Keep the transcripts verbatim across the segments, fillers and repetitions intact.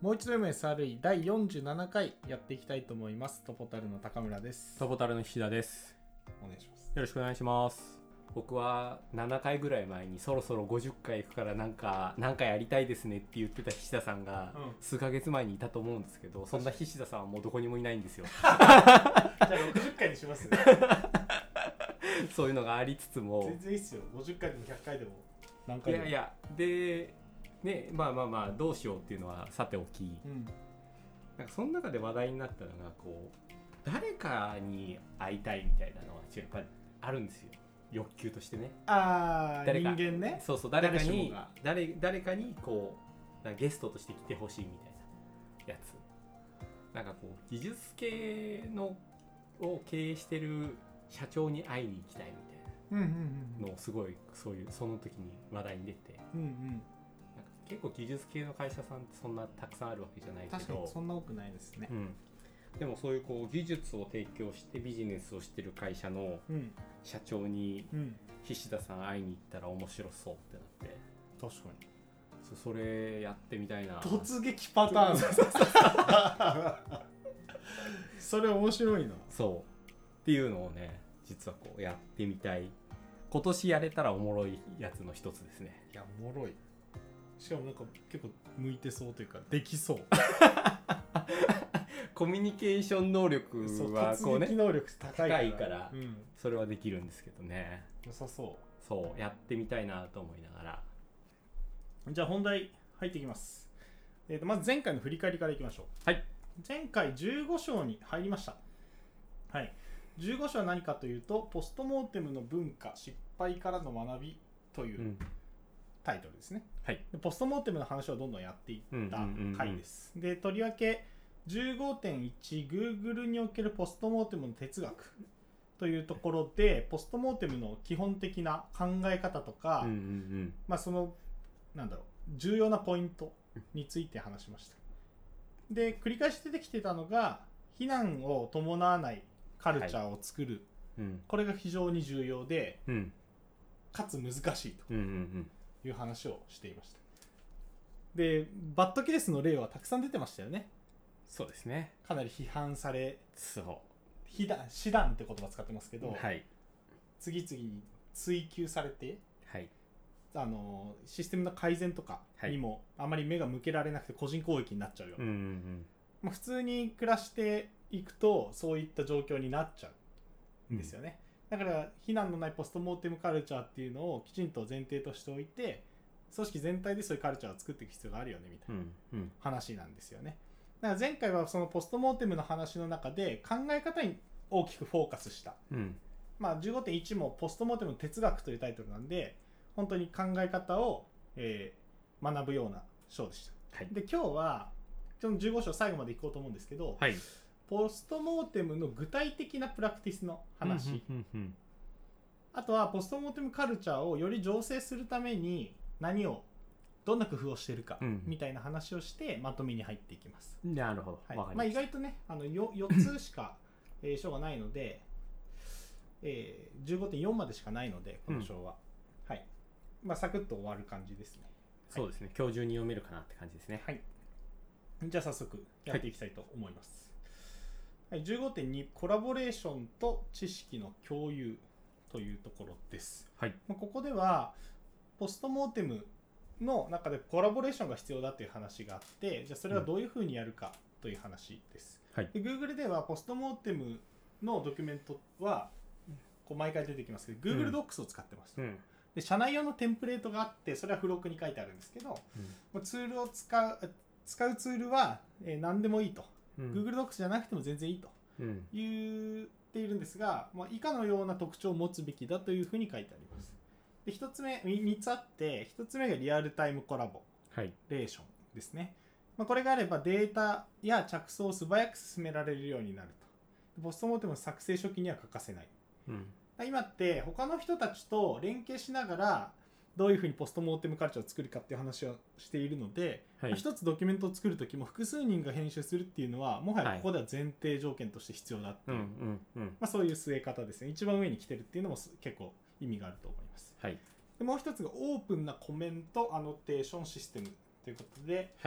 もう一度 エムエスアールイー だいよんじゅうななかいやっていきたいと思います。トポタルの高村です。 トポタルの菱田です。 お願いします。 よろしくお願いします。僕はななかいぐらい前にそろそろごじゅっかい行くからなんかなんかやりたいですねって言ってた菱田さんが数ヶ月前にいたと思うんですけど、うん、そんな菱田さんはもうどこにもいないんですよ。 じゃあろくじゅっかいにします。 そういうのがありつつも全然いいっすよ。ごじゅっかいでもひゃっかいでも何回でも。 いやいやでね、まあまあまあどうしようっていうのはさておき、うん、なんかその中で話題になったのがこう誰かに会いたいみたいなのはやっぱりあるんですよ、欲求としてね。 ああ、人間ね。 そうそう、誰かに誰誰かにこうなんかゲストとして来てほしいみたいなやつ。なんかこう技術系のを経営してる社長に会いに行きたいみたいなのをすごいそういうその時に話題に出て。うんうん、結構技術系の会社さんってそんなたくさんあるわけじゃないけど、 確かにそんな多くないですね、 うん、でもそういうこう技術を提供してビジネスをしてる会社の社長に菱田さん会いに行ったら面白そうってなって、 確かにそ, それやってみたいな。 突撃パターンそれ面白いな。 そうっていうのをね、実はこうやってみたい、今年やれたらおもろいやつの一つですね。 いやおもろい。しかもなんか結構向いてそうというかできそうコミュニケーション能力はこうね、 突撃能力高いから、 高いから、うん、それはできるんですけどね。 良さそう。 そうやってみたいなと思いながら。 じゃあ本題入っていきます。えーとまず前回の振り返りからいきましょう。 はい。 前回じゅうご章に入りました。はい。じゅうご章は何かというと、ポストモーテムの文化、失敗からの学びという、うんタイトルですね、はい、でポストモーテムの話をどんどんやっていった回です、うんうんうんうん、でとりわけ じゅうごてんいち Google におけるポストモーテムの哲学というところでポストモーテムの基本的な考え方とか、うんうんうんまあ、そのなんだろう重要なポイントについて話しました。で繰り返し出てきてたのが非難を伴わないカルチャーを作る、はいうん、これが非常に重要で、うん、かつ難しいと、うんうんうんいう話をしていました。でバッドケースの例はたくさん出てましたよね。 そうですね。 かなり批判され、 そう非難師団って言葉使ってますけど、 はい、 次々に追求されて、 はい、 あのシステムの改善とかにもあまり目が向けられなくて個人攻撃になっちゃうような、うんうんうんまあ、普通に暮らしていくとそういった状況になっちゃうんですよね、うんだから非難のないポストモーテムカルチャーっていうのをきちんと前提としておいて組織全体でそういうカルチャーを作っていく必要があるよねみたいな話なんですよね。だから前回はそのポストモーテムの話の中で考え方に大きくフォーカスした、うんまあ、じゅうごてんいち もポストモーテムの哲学というタイトルなんで本当に考え方を、えー、学ぶような章でした、はい、で今日は今日のじゅうご章最後までいこうと思うんですけど、はいポストモーテムの具体的なプラクティスの話、うんうんうんうん、あとはポストモーテムカルチャーをより醸成するために何をどんな工夫をしているかみたいな話をしてまとめに入っていきます。 なるほど、 はいまあ、意外とねあの よ, よっつしか章がないので、えー、じゅうごてんよん までしかないのでこの章は、うんはいまあ、サクッと終わる感じですね。 そうですね、はい、今日中に読めるかなって感じですね。 はい、じゃあ早速やっていきたいと思います。はいじゅうごてんに コラボレーションと知識の共有というところです、はい、ここではポストモーテムの中でコラボレーションが必要だという話があってじゃあそれはどういうふうにやるかという話です、うんはい、で Google ではポストモーテムのドキュメントはこう毎回出てきますけど Google Docs を使ってます、うん、で社内用のテンプレートがあってそれは付録に書いてあるんですけど、うん、ツールを使う使うツールは何でもいいとうん、Google Docs じゃなくても全然いいと言っているんですが、まあ、以下のような特徴を持つべきだというふうに書いてあります。でひとつめみっつあってひとつめがリアルタイムコラボレーションですね、はいまあ、これがあればデータや着想を素早く進められるようになると。ポストモーテムの作成初期には欠かせない、うん、今って他の人たちと連携しながらどういうふうにポストモーテムカルチャーを作るかっていう話をしているので、はいまあ、一つドキュメントを作るときも複数人が編集するっていうのはもはやここでは前提条件として必要だっていう、はいうんうんうんまあ、そういう据え方ですね。一番上に来てるっていうのも結構意味があると思います、はい、でもう一つがオープンなコメントアノテーションシステムということで、はい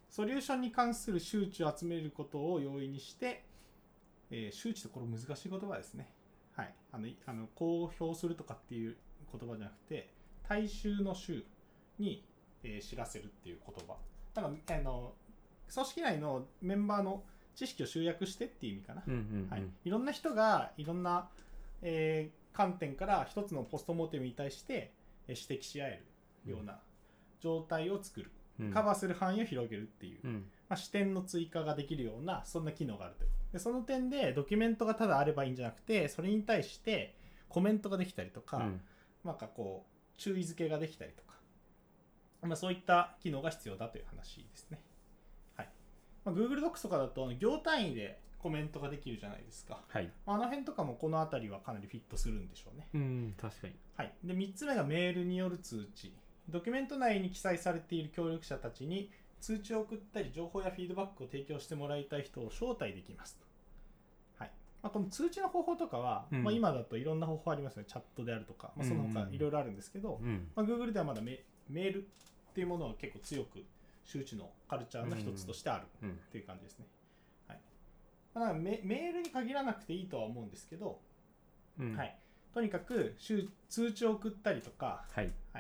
ソリューションに関する周知を集めることを容易にして、えー、周知ってこれ難しい言葉ですね。はい、あのあの公表するとかっていう言葉じゃなくて、大衆の衆に、えー、知らせるっていう言葉。だからあの組織内のメンバーの知識を集約してっていう意味かな。 うんうんうん、 はい、いろんな人がいろんな、えー、観点から一つのポストモーテムに対して、えー、指摘し合えるような状態を作る、うん、カバーする範囲を広げるっていう、うん、まあ、視点の追加ができるようなそんな機能があると。でその点でドキュメントがただあればいいんじゃなくて、それに対してコメントができたりとか、うん、なんかこう注意付けができたりとか、まあ、そういった機能が必要だという話ですね。はい、まあ、Google Docs とかだと行単位でコメントができるじゃないですか。 はい、 あの辺とかもこの辺りはかなりフィットするんでしょうね。 うん、確かに。 はい、でみっつめがメールによる通知。ドキュメント内に記載されている協力者たちに通知を送ったり情報やフィードバックを提供してもらいたい人を招待できますと。はい、まあ、この通知の方法とかは、うん、まあ、今だといろんな方法ありますよね。チャットであるとか、まあ、その他いろいろあるんですけど、うん、まあ、Google ではまだ メ, メールっていうものは結構強く周知のカルチャーの一つとしてあるっていう感じですね。はい、だから メ, メールに限らなくていいとは思うんですけど、うん、はい、とにかく通知を送ったりとか、 はいはい、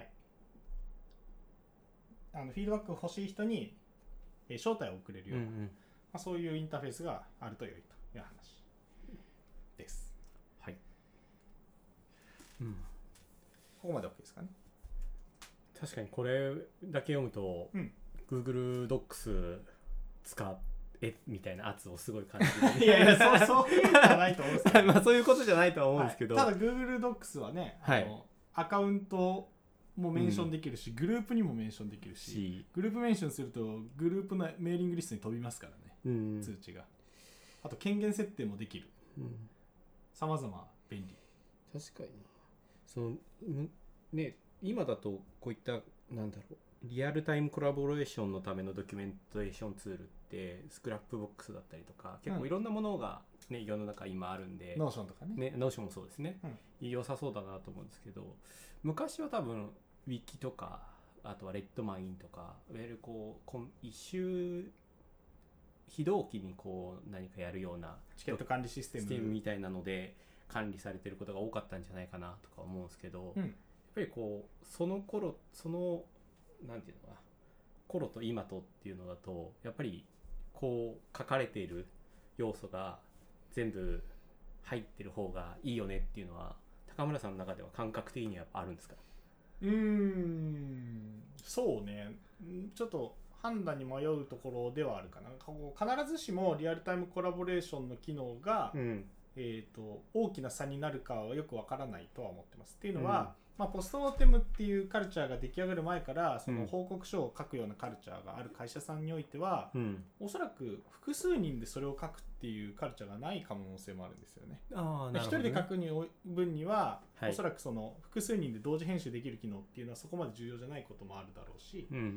あのフィードバック欲しい人に招待を送れるような、うんうん、まあ、そういうインターフェースがあると良いという話です。 はい、うん、 ここまで OK ですかね。 確かにこれだけ読むと、うん、Google Docs 使えみたいな圧をすごい感じる。 いやいや、そう、そういうんじゃないと思うんですけどまあそういうことじゃないとは思うんですけど、 はい、ただ Google Docs はね、あの、はい、アカウントもメンションできるし、うん、グループにもメンションできるし、グループメンションするとグループのメーリングリストに飛びますからね、うん、通知が。あと権限設定もできる。さまざま便利。 確かにそのね、今だとこういったなんだろう、リアルタイムコラボレーションのためのドキュメンテーションツールってスクラップボックスだったりとか結構いろんなものが、ね、うん、世の中今あるんで、 ノーションとかね、 ね、ノーションもそうですね、うん、良さそうだなと思うんですけど、昔は多分ウィキとかあとはレッドマインとかいわゆるこう一周非同期にこう何かやるようなチケット管理システムみたいなので管理されてることが多かったんじゃないかなとか思うんですけど、うん、やっぱりこうその頃そのなんていうのかな、頃と今とっていうのだとやっぱりこう書かれている要素が全部入ってる方がいいよねっていうのは高村さんの中では感覚的にはあるんですか？ うーん、そうね、ちょっと判断に迷うところではあるかな。必ずしもリアルタイムコラボレーションの機能が、うん、えーと、大きな差になるかはよくわからないとは思ってます。っていうのは、うん、まあ、ポストモーテムっていうカルチャーが出来上がる前からその報告書を書くようなカルチャーがある会社さんにおいては、うん、おそらく複数人でそれを書くっていうカルチャーがない可能性もあるんですよね。 あ、なるほどね。 一人で書く分には、はい、おそらくその複数人で同時編集できる機能っていうのはそこまで重要じゃないこともあるだろうし、うんうんうん、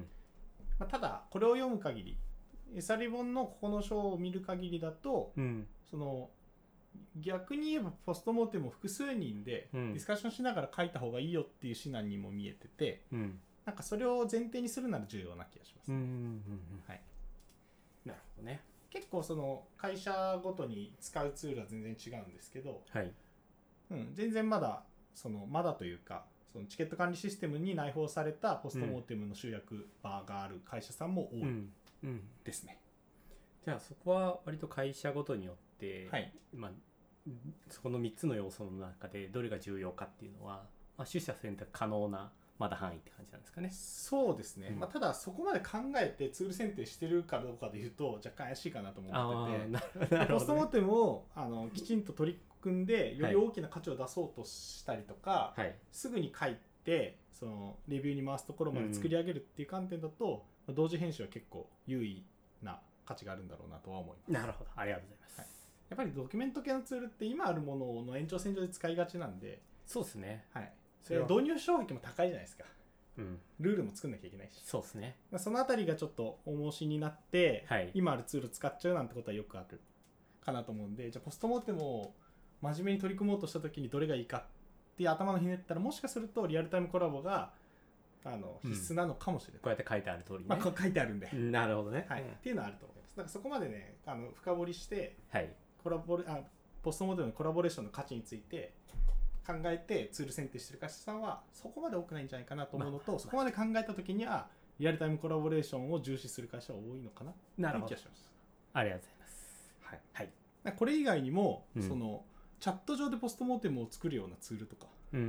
まあ、ただこれを読む限りエサリボンのここの章を見る限りだと、うん、その逆に言えばポストモーテムを複数人でディスカッションしながら書いた方がいいよっていう指南にも見えてて、うん、なんかそれを前提にするなら重要な気がします、うんうんうんうん、はい、 なるほどね。 結構その会社ごとに使うツールは全然違うんですけど、はい、うん、全然まだそのまだというかそのチケット管理システムに内包されたポストモーテムの集約バーがある会社さんも多いですね、 うんうん、じゃあそこは割と会社ごとによって、はい、まあ、そこのみっつの要素の中でどれが重要かっていうのは、まあ、取捨選択可能なまだ範囲って感じなんですかね。 そうですね、うん、まあ、ただそこまで考えてツール選定してるかどうかでいうと若干怪しいかなと思ってて、ね、ポストモーテムをあのきちんと取り組んでより大きな価値を出そうとしたりとか、はい、すぐに書いてそのレビューに回すところまで作り上げるっていう観点だと、うん、同時編集は結構優位な価値があるんだろうなとは思います。 なるほど、ありがとうございます、はい、 やっぱりドキュメント系のツールって今あるものの延長線上で使いがちなんで。 そうですね、 はい、それは導入障壁も高いじゃないですか、うん、ルールも作んなきゃいけないし。 そうですね、 そのあたりがちょっと重しになって、はい、今あるツール使っちゃうなんてことはよくあるかなと思うんで、じゃあポストモーテムを真面目に取り組もうとした時にどれがいいかっていう頭のひねったら、もしかするとリアルタイムコラボがあの必須なのかもしれない、うん、 こうやって書いてある通りね、 まあ、こう書いてあるんで、 なるほどね、 はい、っていうのはあると思います。だからそこまでねあの深掘りして、 はい、 コラボレあポストモデルのコラボレーションの価値について考えてツール選定してる会社さんはそこまで多くないんじゃないかなと思うのと、まあ、そこまで考えた時にはリアルタイムコラボレーションを重視する会社は多いのかなという気がします。 ありがとうございます。 はいはい、これ以外にも、うん、そのチャット上でポストモーテムを作るようなツールとか、 うんうん、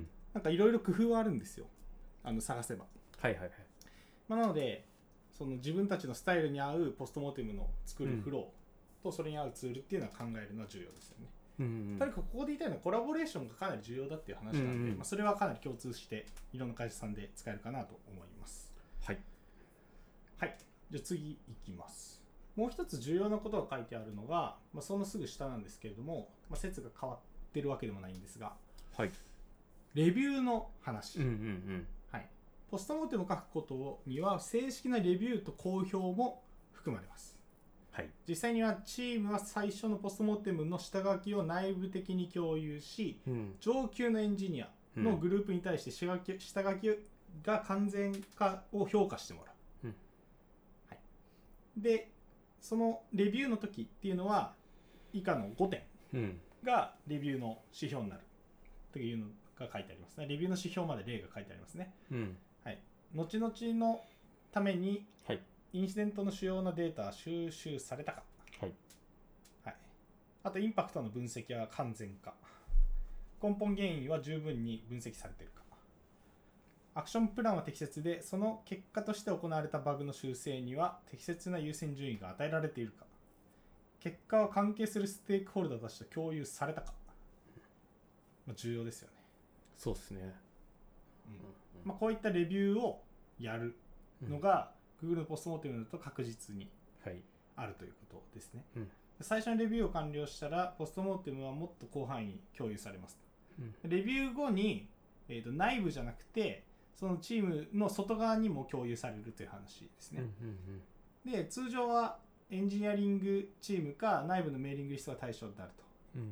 なんかいろいろ工夫はあるんですよ、あの探せば。 はいはいはい。 まあ、なのでその自分たちのスタイルに合うポストモーテムの作るフローとそれに合うツールっていうのは考えるのは重要ですよね。うんうん、とにかくここで言いたいのはコラボレーションがかなり重要だっていう話なんで、うんうんまあ、それはかなり共通していろんな会社さんで使えるかなと思います。 はい、 はい、じゃあ次いきます。もう一つ重要なことが書いてあるのが、まあ、そのすぐ下なんですけれども、まあ、説が変わってるわけでもないんですが、 はい、 レビューの話、 うんうんうんはい、ポストモーテムを書くことには正式なレビューと公表も含まれます。はい、実際にはチームは最初のポストモーテムの下書きを内部的に共有し、うん、上級のエンジニアのグループに対して下書き、下書きが完全かを評価してもらう、うんはい、でそのレビューの時っていうのは以下のごてんがレビューの指標になるというのが書いてありますね。レビューの指標まで例が書いてありますね、うんはい、後々のために、はいインシデントの主要なデータは収集されたか、はいはい、あとインパクトの分析は完全か、根本原因は十分に分析されているか、アクションプランは適切でその結果として行われたバグの修正には適切な優先順位が与えられているか、結果は関係するステークホルダーたちと共有されたか、まあ、重要ですよね。 そうですね、 うんまあ、こういったレビューをやるのが、うんGoogle のポストモーテムだと確実にあるということですね、はいうん、最初にレビューを完了したらポストモーテムはもっと広範囲に共有されます、うん、レビュー後に、えーと、内部じゃなくてそのチームの外側にも共有されるという話ですね、うんうんうん、で通常はエンジニアリングチームか内部のメーリングリストが対象になると、うん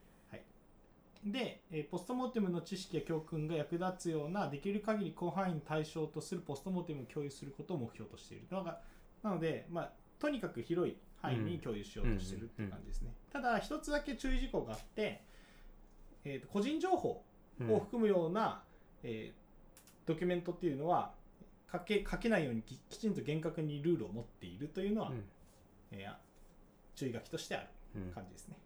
で、えー、ポストモーテムの知識や教訓が役立つようなできる限り広範囲の対象とするポストモーテムを共有することを目標としているのがなので、まあ、とにかく広い範囲に共有しようとしているっていう感じですね、うんうんうん、ただ一つだけ注意事項があって、えーと、個人情報を含むような、うんえー、ドキュメントっていうのは書け、書けないように き, きちんと厳格にルールを持っているというのは、うんえー、注意書きとしてある感じですね、うん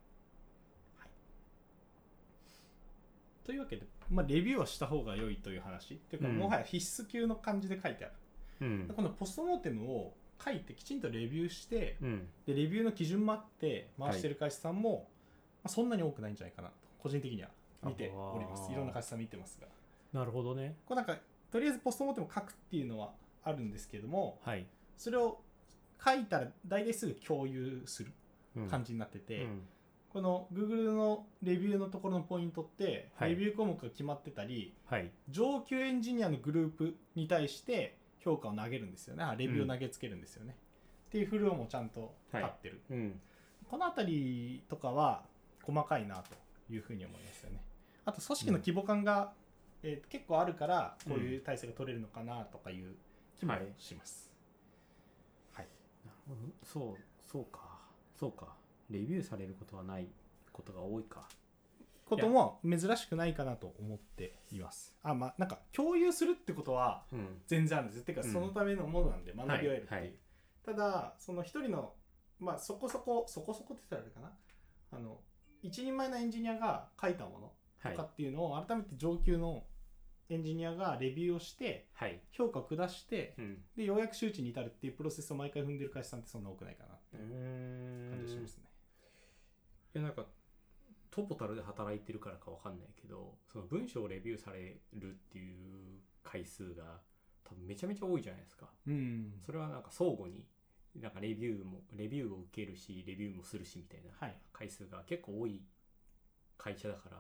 というわけで、まあ、レビューはした方が良いという話というか、うん、もはや必須級の感じで書いてある、うん、このポストモーテムを書いてきちんとレビューして、うん、でレビューの基準もあって回してる会社さんも、はいまあ、そんなに多くないんじゃないかなと個人的には見ております。いろんな会社さん見てますがなるほどね。 こうなんかとりあえずポストモーテムを書くっていうのはあるんですけども、はい、それを書いたら大体すぐ共有する感じになってて、うんこの Google のレビューのところのポイントって、はい、レビュー項目が決まってたり、はい、上級エンジニアのグループに対して評価を投げるんですよね。レビューを投げつけるんですよね、うん、っていうフローもちゃんと立ってる、はいうん、このあたりとかは細かいなというふうに思いますよね。あと組織の規模感が、うんえー、結構あるからこういう体制が取れるのかなとかいう気もします、 うんはいはい、なるほど。そうそうかそうかレビューされることはないことが多いかことも珍しくないかなと思っています。あまあなんか共有するってことは全然あるんです、うん、てかそのためのものなんで学びを得るっていう、うんはいはい、ただその一人のまあそこそこそこそこって言ったらあれかなあの一人前のエンジニアが書いたものとかっていうのを改めて上級のエンジニアがレビューをして評価を下して、はいうん、でようやく周知に至るっていうプロセスを毎回踏んでる会社さんってそんな多くないかなって感じがしますね。 いやなんかトポタルで働いてるからか分かんないけどその文章をレビューされるっていう回数が多分めちゃめちゃ多いじゃないですか、うん、それはなんか相互になんかレビューもレビューを受けるしレビューもするしみたいな回数が結構多い会社だから、はい、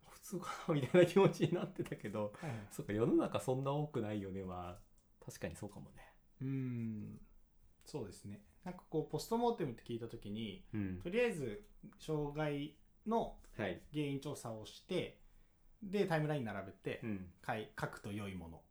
普通かなみたいな気持ちになってたけど、はい、そうか世の中そんな多くないよねは確かにそうかもね。 うんそうですね。なんかこうポストモーテムって聞いたときに、うん、とりあえず障害の原因調査をして、はい、でタイムライン並べて、うん、書くと良いもの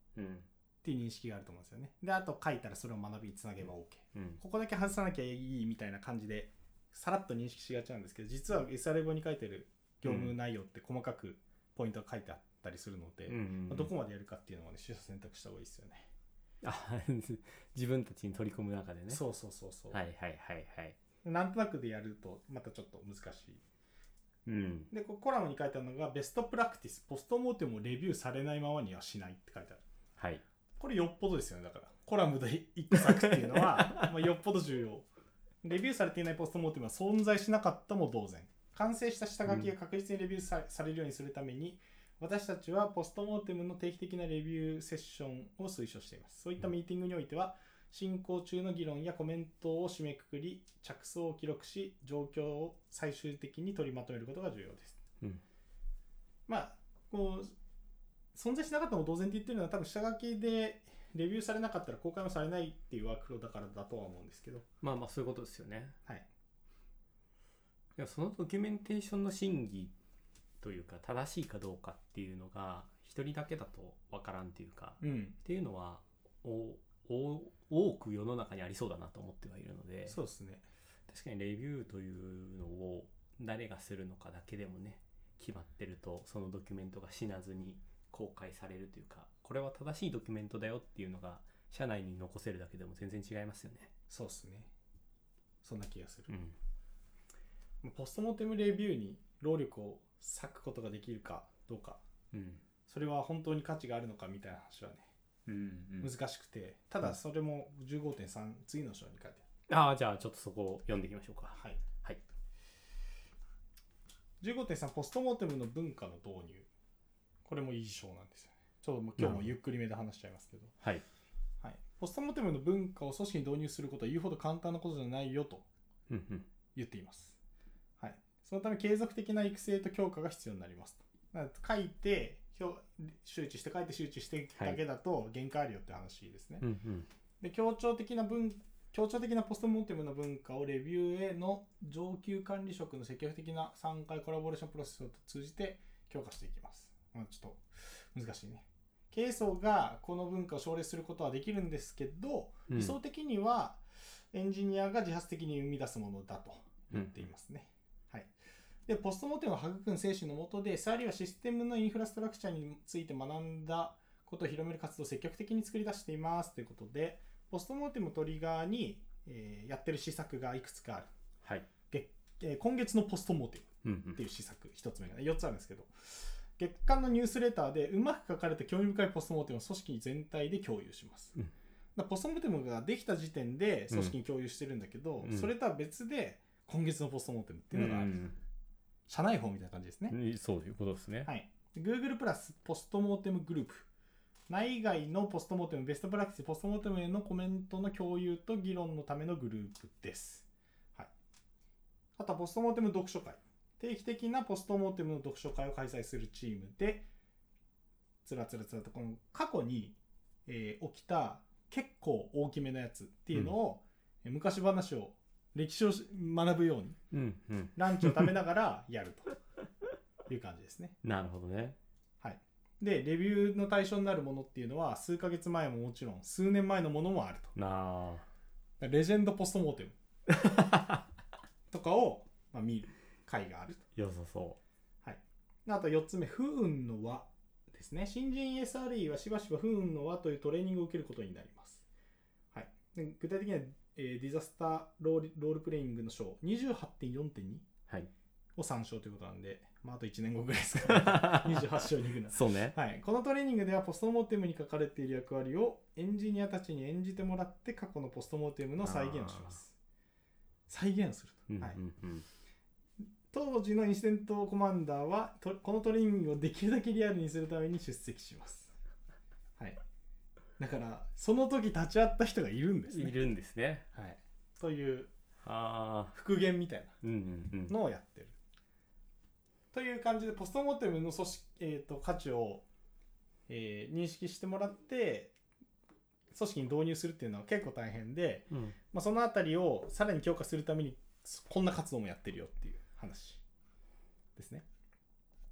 うんっていう認識があると思うんですよね。であと書いたらそれを学びにつなげば OK、 うん、 ここだけ外さなきゃいいみたいな感じでさらっと認識しがちなんですけど、実は エスアール 語に書いてる業務内容って細かくポイントが書いてあったりするので、 うんうんうん、 まあ、どこまでやるかっていうのはね取捨選択した方がいいですよね。 あ自分たちに取り込む中でね。 そうそうそうそう、 はいはいはいはい。 なんとなくでやるとまたちょっと難しい。 うん、 でこコラムに書いてあるのがベストプラクティスポストモーテムをレビューされないままにはしないって書いてある。 はい。 これよっぽどですよね。だからコラムで一個書くっていうのはまあよっぽど重要。レビューされていないポストモーテムは存在しなかったも同然。完成した下書きが確実にレビュー さ,、されるようにするために、私たちはポストモーテムの定期的なレビューセッションを推奨しています。そういったミーティングにおいては、進行中の議論やコメントを締めくくり、着想を記録し、状況を最終的に取りまとめることが重要です。 うん、 まあこう存在しなかったも同然って言ってるのは多分下書きでレビューされなかったら公開もされないっていうワークフローだからだとは思うんですけど、 まあまあそういうことですよね。 はい。 いやそのドキュメンテーションの審議というか正しいかどうかっていうのが一人だけだと分からんっていうか、 うん、 っていうのはおお多く世の中にありそうだなと思ってはいるので、 そうですね。 確かにレビューというのを誰がするのかだけでもね決まってると、そのドキュメントが死なずに公開されるというか、これは正しいドキュメントだよっていうのが社内に残せるだけでも全然違いますよね。 そうですね。そんな気がする。 うん、 ポストモーテムレビューに労力を割くことができるかどうか、 うん、 それは本当に価値があるのかみたいな話はね、 うんうん、 難しくて、ただそれも じゅうごてんさん 次の章に書いてある。ああ、じゃあちょっとそこを読んでいきましょうか。 はい、 はい、 じゅうごてんさん ポストモーテムの文化の導入、これもいい章なんですよね。ちょっともう今日もゆっくりめで話しちゃいますけど、 はいはい、ポストモーテムの文化を組織に導入することは言うほど簡単なことじゃないよと言っています、はい、そのため継続的な育成と強化が必要になりますと。だから書いて周知して書いて周知してだけだと限界あるよって話ですね、 はい、うんうん、 で協調的な文協調的なポストモーテムの文化をレビューへの上級管理職の積極的な参加コラボレーションプロセスを通じて強化していきます。まあ、ちょっと難しいね。経営層がこの文化を奨励することはできるんですけど、うん、理想的にはエンジニアが自発的に生み出すものだと言っていますね、うん、はい。でポストモーテムを育む精神の下で、サーリはシステムのインフラストラクチャーについて学んだことを広める活動を積極的に作り出していますということで、ポストモーテムをトリガーに、えー、やってる施策がいくつかある、 はい。 えー、今月のポストモーテムっていう施策、うんうん、ひとつめが、ね、よっつあるんですけど、月間のニュースレターでうまく書かれた興味深いポストモーテムを組織全体で共有します、うん、だポストモーテムができた時点で組織に共有してるんだけど、うん、それとは別で今月のポストモーテムっていうのがある、うん、社内法みたいな感じですね、 うん、そういうことですね、 はい。 Google プラスポストモーテムグループ、内外のポストモーテムベストプラクティスポストモーテムへのコメントの共有と議論のためのグループです、はい。あとはポストモーテム読書会、定期的なポストモーテムの読書会を開催するチームで、つらつらつらとこの過去に、えー、起きた結構大きめのやつっていうのを、うん、昔話を歴史を学ぶように、 うんうん、 ランチを食べながらやるという感じですね。 なるほどね。 はい。でレビューの対象になるものっていうのは数ヶ月前ももちろん数年前のものもあると。 なあ。 レジェンドポストモーテムとかを、まあ、見る会があると。 良さそう。 はい。あとよっつめ、不運の輪ですね。新人 エスアールイー はしばしば不運の輪というトレーニングを受けることになります。はい。で具体的には、えー、ディザスターロール、ロールプレイングの章 にじゅうはちてんよんてんに、はい、を参照ということなんで、まあ、あといちねんごぐらいですか、ね、にじゅうはち章に行くな。 そうね。 はい。このトレーニングではポストモーテムに書かれている役割をエンジニアたちに演じてもらって過去のポストモーテムの再現をします。再現をすると。 うんうんうん、 はい。当時のインシデントコマンダーはこのトレーニングをできるだけリアルにするために出席します。はい。だからその時立ち会った人がいるんですね。 いるんですね。 はい。というあ復元みたいなのをやってる。という感じでポストモーテムの組織、えーと、価値を、えー、認識してもらって組織に導入するっていうのは結構大変で、 うんまあ、そのあたりをさらに強化するためにこんな活動もやってるよっていう話ですね。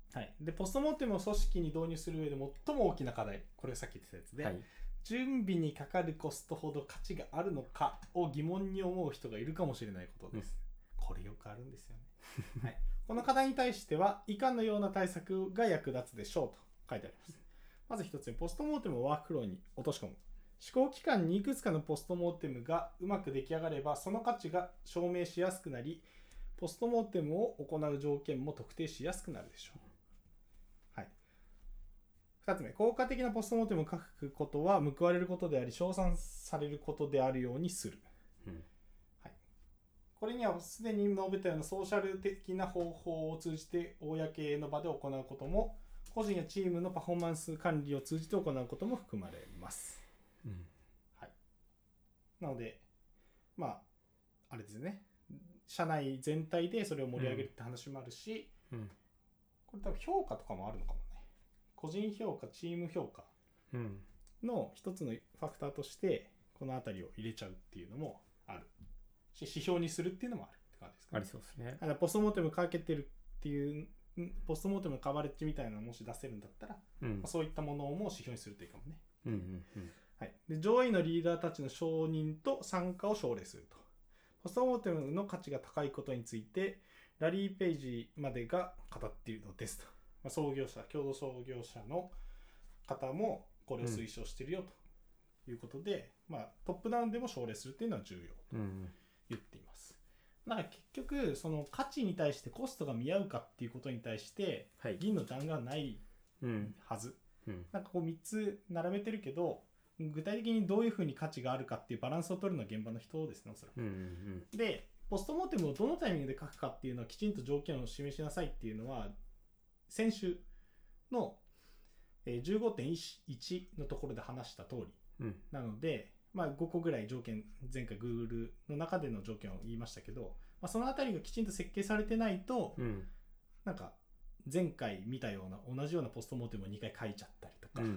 はい、でポストモーテムを組織に導入する上で最も大きな課題、これさっき言ってたやつで、はい、準備にかかるコストほど価値があるのかを疑問に思う人がいるかもしれないことです、うん、これよくあるんですよね、はい、この課題に対しては以下のような対策が役立つでしょうと書いてあります。まず一つ目、ポストモーテムをワークフローに落とし込む。試行期間にいくつかのポストモーテムがうまく出来上がればその価値が証明しやすくなり、ポストモーテムを行う条件も特定しやすくなるでしょう。はい。ふたつめ、効果的なポストモーテムを書くことは報われることであり、称賛されることであるようにする。うん、はい。これにはすでに述べたようなソーシャル的な方法を通じて公の場で行うことも、個人やチームのパフォーマンス管理を通じて行うことも含まれます。うん、はい。なので、まあ、あれですね。社内全体でそれを盛り上げるって話もあるし、うんうん、これ多分評価とかもあるのかもね。個人評価、チーム評価の一つのファクターとしてこのあたりを入れちゃうっていうのもあるし、指標にするっていうのもあるって感じですかね。 ありそうですね。 だからポストモーテムかけてるっていうポストモーテムのカバレッジみたいなのをもし出せるんだったら、うんまあ、そういったものも指標にするといいかもね。うんうんうんはい、で上位のリーダーたちの承認と参加を奨励すると。ポストモーテムの価値が高いことについてラリー・ペイジまでが語っているのですと。まあ、創業者、共同創業者の方もこれを推奨しているよということで、うんまあ、トップダウンでも奨励するというのは重要と言っています。うん、だから結局その価値に対してコストが見合うかっていうことに対して銀の弾丸はないはず。うんうん、なんかこうみっつ並べてるけど具体的にどういうふうに価値があるかっていうバランスを取るのは現場の人ですね、おそらく。うんうんうん、で、ポストモーテムをどのタイミングで書くかっていうのはきちんと条件を示しなさいっていうのは、先週の じゅうごてんいち のところで話した通りなので、うん、まあごこぐらい条件、前回 Google の中での条件を言いましたけど、まあ、そのあたりがきちんと設計されてないと、うん、なんか前回見たような同じようなポストモーテムをにかい書いちゃったりとか、うんうんうん、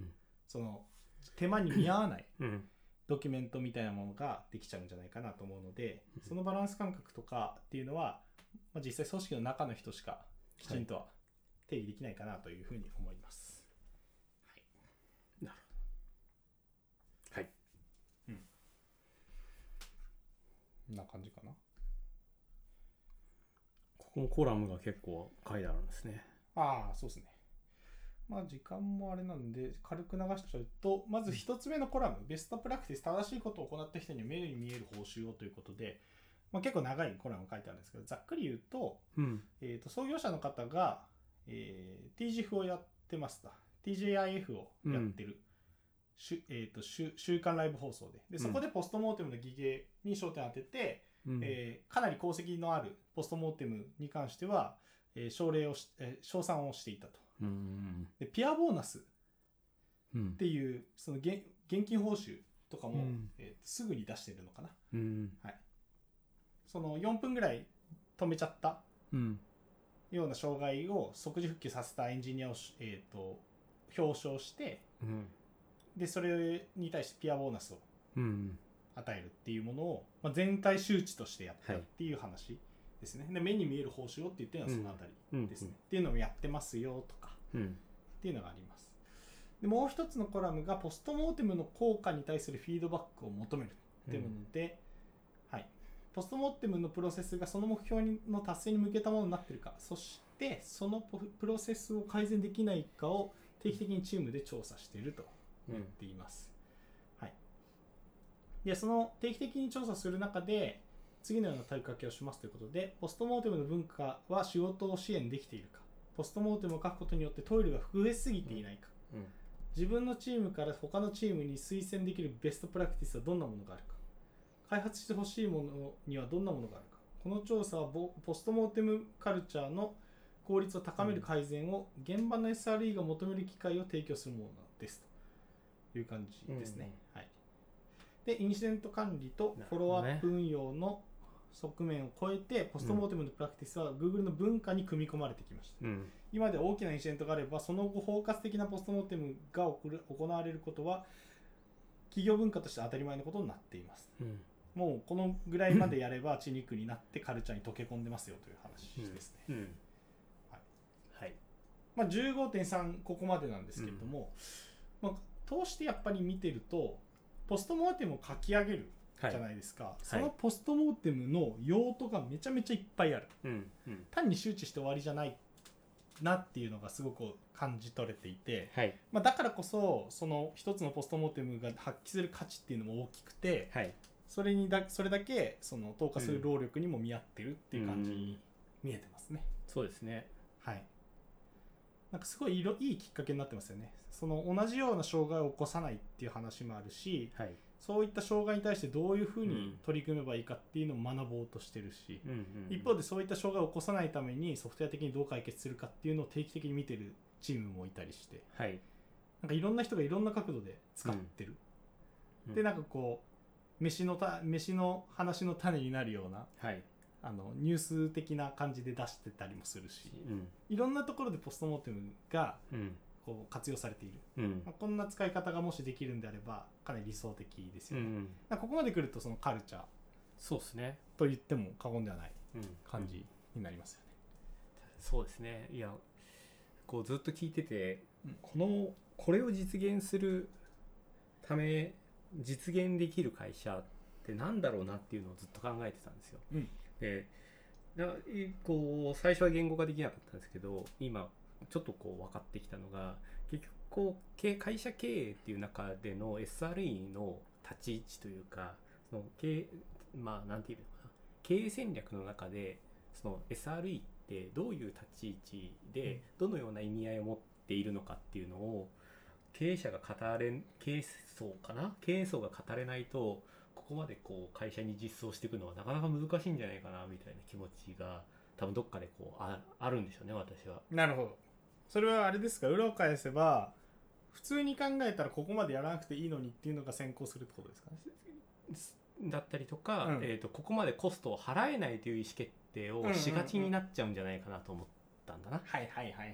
その手間に見合わないドキュメントみたいなものができちゃうんじゃないかなと思うので、そのバランス感覚とかっていうのは、まあ、実際組織の中の人しかきちんとは定義できないかなというふうに思います。はい。なるほど。はい。うん。こんな感じかな。 ここもコラムが結構書いてあるんですね。 ああ、そうですね。まあ時間もあれなんで軽く流しちゃうと、まず一つ目のコラム、ベストプラクティス、正しいことを行った人に目に見える報酬をということで、まあ、結構長いコラムが書いてあるんですけど、ざっくり言うと、うん、えーと創業者の方が、えー、ティージーエフ をやってますと。ティージェーアイエフ をやってる、うんしえー、と週、週刊ライブ放送で、でそこでポストモーテムの技芸に焦点を当てて、うんえー、かなり功績のあるポストモーテムに関しては、えー、奨励をし、えー、称賛をしていたと。うんでピアボーナスっていう、うん、その現金報酬とかも、うんえー、すぐに出してるのかな、うんはい、そのよんぷんぐらい止めちゃったような障害を即時復旧させたエンジニアを、えー、と表彰して、うん、でそれに対してピアボーナスを与えるっていうものを、まあ、全体周知としてやったっていう話ですね。で目に見える報酬をって言ってるのはそのあたりですね、うんうん、っていうのをやってますよとか、うん、っていうのがあります。でもう一つのコラムがポストモーテムの効果に対するフィードバックを求めるっていうもので、うんはい、ポストモーテムのプロセスがその目標の達成に向けたものになっているか、そしてそのプロセスを改善できないかを定期的にチームで調査していると言っています、うんはい、でその定期的に調査する中で次のような問いかけをしますということで、ポストモーテムの文化は仕事を支援できているか、ポストモーテムを書くことによってトイレが増えすぎていないか、うんうん、自分のチームから他のチームに推薦できるベストプラクティスはどんなものがあるか、開発してほしいものにはどんなものがあるか、この調査はポストモーテムカルチャーの効率を高める改善を現場の エスアールイー が求める機会を提供するものですという感じですね、うんはい、でインシデント管理とフォローアップ運用の側面を超えてポストモーテムのプラクティスは Google の文化に組み込まれてきました、うん、今で大きなインシデントがあればその後包括的なポストモーテムが行われることは企業文化として当たり前のことになっています、うん、もうこのぐらいまでやれば血肉になってカルチャーに溶け込んでますよという話ですね、うんうんはいはい、 まあ、じゅうごてんさん ここまでなんですけれども、うんまあ、通してやっぱり見てるとポストモーテムを書き上げるじゃないですか、はい、そのポストモーテムの用途がめちゃめちゃいっぱいある、 うんうん、 単に周知して終わりじゃないなっていうのがすごく感じ取れていて、 はいまあ、だからこそその一つのポストモーテムが発揮する価値っていうのも大きくて、 はい、 それにだそれだけその投下する労力にも見合ってるっていう感じに見えてますね、 うん、そうですね、 はい、なんかすごいいいいきっかけになってますよね。その同じような障害を起こさないっていう話もあるし、はい、そういった障害に対してどういうふうに取り組めばいいかっていうのを学ぼうとしてるし、うんうんうん、一方でそういった障害を起こさないためにソフトウェア的にどう解決するかっていうのを定期的に見てるチームもいたりして、はい、なんかいろんな人がいろんな角度で使ってる、うん、でなんかこう飯のた飯の話の種になるような、はい、あのニュース的な感じで出してたりもするし、うん、いろんなところでポストモーテムがこう活用されている、うんまあ、こんな使い方がもしできるんであればかなり理想的ですよね、うんうん、ここまで来るとそのカルチャーそうですねと言っても過言ではない感じになりますよね、 うん、そうですね。いやこうずっと聞いてて、うん、このこれを実現するため実現できる会社ってなんだろうなっていうのをずっと考えてたんですよ、うんでこう最初は言語化できなかったんですけど今ちょっとこう分かってきたのが結局こう会社経営っていう中での エスアールイー の立ち位置というかその経まあなんていうのかな経営戦略の中でその エスアールイー ってどういう立ち位置でどのような意味合いを持っているのかっていうのを経営者が語れん経営層かな経営層が語れないとここまでこう会社に実装していくのはなかなか難しいんじゃないかなみたいな気持ちが多分どっかでこう あ, あるんでしょうね私は。 なるほど。それはあれですか、裏を返せば普通に考えたらここまでやらなくていいのにっていうのが先行するってことですかね。だったりとか、うんえー、とここまでコストを払えないという意思決定をしがちになっちゃうんじゃないかなと思ったんだな。 はいはいはいはい。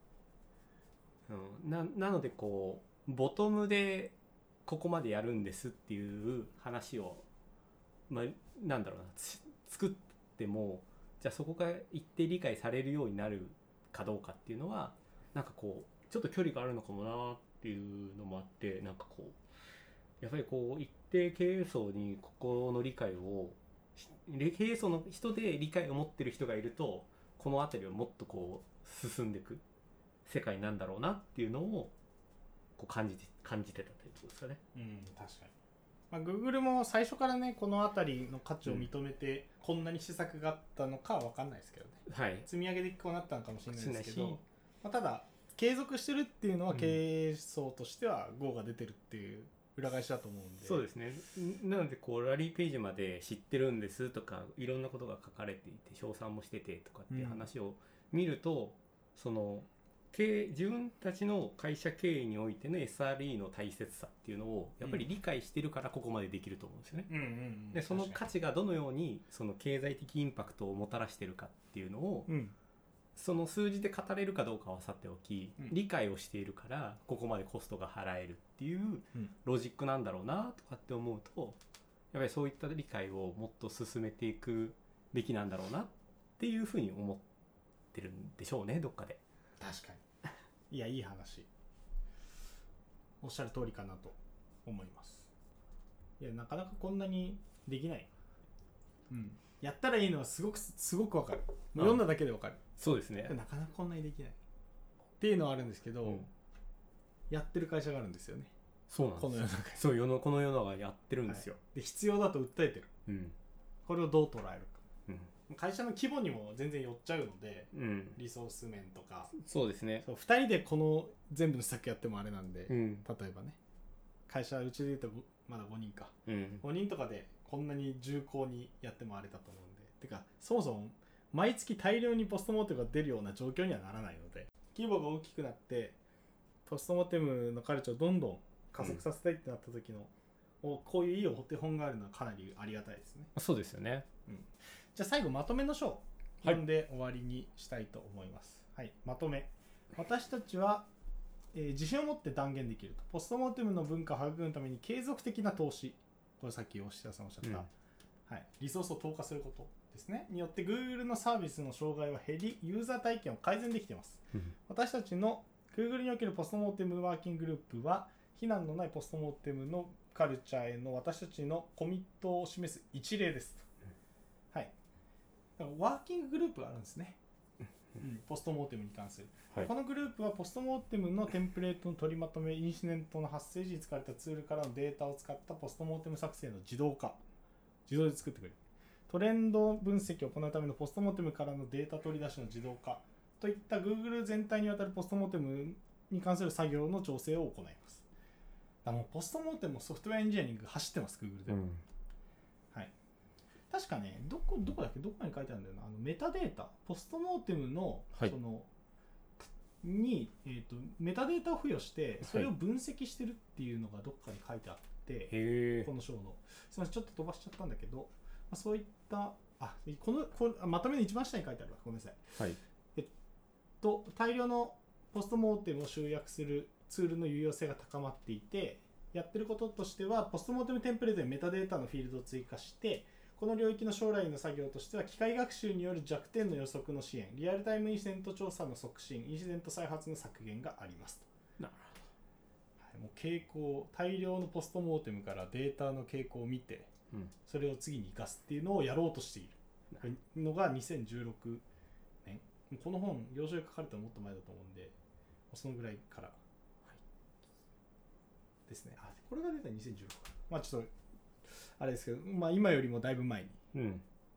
うん、な, なのでこうボトムでここまでやるんですっていう話を、まあ、なんだろうな作ってもじゃあそこが一定理解されるようになるかどうかっていうのはなんかこうちょっと距離があるのかもなっていうのもあってなんかこうやっぱりこう一定経営層にここの理解を経営層の人で理解を持ってる人がいるとこの辺りはもっとこう進んでいく世界なんだろうなっていうのをこう感じて感じてたということですかね。 うん、確かに。まあ、Google も最初からねこの辺りの価値を認めてこんなに施策があったのかは分かんないですけどね、うんはい、積み上げでこうなったのかもしれないですけど、まあ、ただ継続してるっていうのは経営層としては ゴー が出てるっていう裏返しだと思うんで、 そうですね。なのでこうラリーページまで知ってるんですとかいろんなことが書かれていて称賛もしててとかっていう話を見ると、うん、その経営自分たちの会社経営においての エスアールイー の大切さっていうのをやっぱり理解してるからここまでできると思うんですよね、うんうんうん、でその価値がどのようにその経済的インパクトをもたらしてるかっていうのを、うん、その数字で語れるかどうかはさておき、うん、理解をしているからここまでコストが払えるっていうロジックなんだろうなとかって思うとやっぱりそういった理解をもっと進めていくべきなんだろうなっていうふうに思ってるんでしょうねどっかで。 確かにいやいい話おっしゃる通りかなと思います。いやなかなかこんなにできない、うん、やったらいいのはすごくすごくわかるもう読んだだけでわかる。 そうですね。 なかなかこんなにできないっていうのはあるんですけど、うん、やってる会社があるんですよね。 そうなんです。 この世の中そう世のこの世の中やってるんですよ、 はい、で必要だと訴えてる、うん、これをどう捉えるか、うん会社の規模にも全然寄っちゃうので、うん、リソース面とかそうですね。 そうふたりでこの全部の施策やってもあれなんで、うん、例えばね会社うちで言うとまだごにんか、うん、ごにんとかでこんなに重厚にやってもあれだと思うんでてかそもそも毎月大量にポストモーテムが出るような状況にはならないので規模が大きくなってポストモーテムのカルチャーをどんどん加速させたいってなった時の、うん、こういういいお手本があるのはかなりありがたいですね。 そうですよね、 うんじゃあ最後まとめの章を読んで終わりにしたいと思います、はいはい、まとめ私たちは、えー、自信を持って断言できるとポストモーテムの文化を育むために継続的な投資これさっき吉田さんおっしゃった、うんははい、リソースを投下することですねによって Google のサービスの障害は減りユーザー体験を改善できています。私たちの Google におけるポストモーテムワーキンググループは非難のないポストモーテムのカルチャーへの私たちのコミットを示す一例です、うん、はい。だからワーキンググループがあるんですね、うん、ポストモーテムに関する、はい、このグループはポストモーテムのテンプレートの取りまとめインシデントの発生時に使われたツールからのデータを使ったポストモーテム作成の自動化自動で作ってくれるトレンド分析を行うためのポストモーテムからのデータ取り出しの自動化といった Google 全体にわたるポストモーテムに関する作業の調整を行います。あのポストモーテムのソフトウェアエンジニアリング走ってます Google で、うん、はい。確かねどこどこだっけどこに書いてあるんだよなあのメタデータポストモーテムの、はい、そのに、えーと、メタデータを付与してそれを分析してるっていうのがどっかに書いてあって、はい、この章のすみませんちょっと飛ばしちゃったんだけど、まあ、そういったあこのこまとめの一番下に書いてあるわごめんなさい、はい、えっと大量のポストモーテムを集約するツールの有用性が高まっていてやってることとしてはポストモーテムテンプレートにメタデータのフィールドを追加してこの領域の将来の作業としては機械学習による弱点の予測の支援リアルタイムインシデント調査の促進インシデント再発の削減がありますと。なるほど、はい、もう傾向大量のポストモーテムからデータの傾向を見て、うん、それを次に生かすっていうのをやろうとしているのがにせんじゅうろくねんこの本要所で書かれたのもっと前だと思うんでそのぐらいから、はい、ですね。あこれが出たにせんじゅうろくかまあちょっとあれですけど、まあ、今よりもだいぶ前に、うん、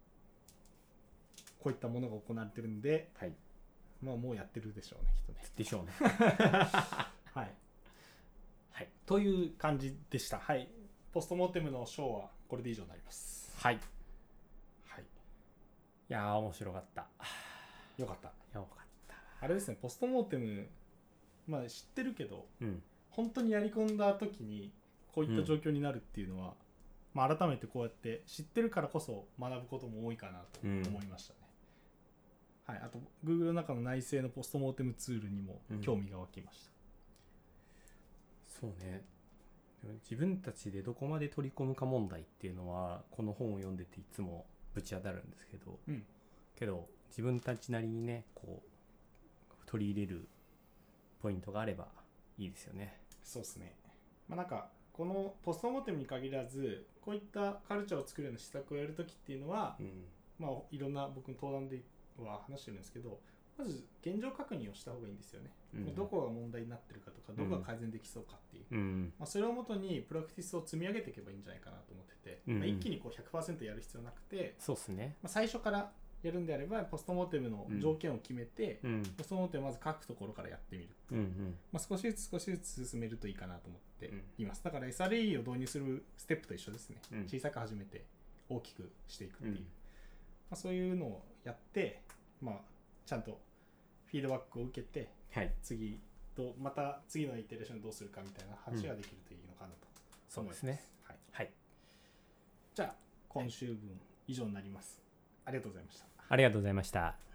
こういったものが行われてるんで、はい、まあもうやってるでしょうねきっとね。 でしょうね。 はい、はい。という感じでした。はい。ポストモーテムの章はこれで以上になります。 はい。はい。いやー面白かった。 よかった。 よかった。 あれですねポストモーテムまあ知ってるけど、うん、本当にやり込んだ時にこういった状況になるっていうのは、うんまあ、改めてこうやって知ってるからこそ学ぶことも多いかなと思いましたね、うんはい、あと Google の中の内製のポストモーテムツールにも興味が湧きました、 うん、そうね自分たちでどこまで取り込むか問題っていうのはこの本を読んでていつもぶち当たるんですけど、うん、けど自分たちなりにねこう取り入れるポイントがあればいいですよね。 そうですね、まあ、なんかこのポストモーテムに限らずこういったカルチャーを作るような施策をやるときっていうのは、うんまあ、いろんな僕の登壇では話してるんですけどまず現状確認をした方がいいんですよね、うん、どこが問題になってるかとかどこが改善できそうかっていう、うんまあ、それをもとにプラクティスを積み上げていけばいいんじゃないかなと思ってて、うんまあ、一気にこう ひゃくパーセント やる必要なくてそうですね、 まあ、最初からやるんであればポストモーテムの条件を決めて、うん、ポストモーテムをまず書くところからやってみる、うんうんまあ、少しずつ少しずつ進めるといいかなと思っています、うん、だから エスアールイー を導入するステップと一緒ですね、うん、小さく始めて大きくしていくっていう、うんまあ、そういうのをやって、まあ、ちゃんとフィードバックを受けて、はい、次とまた次のイテレーションどうするかみたいな話ができるといいのかなと思います、うん、そうですね、はいはい、じゃあ今週分以上になります、はい、ありがとうございました。 ありがとうございました。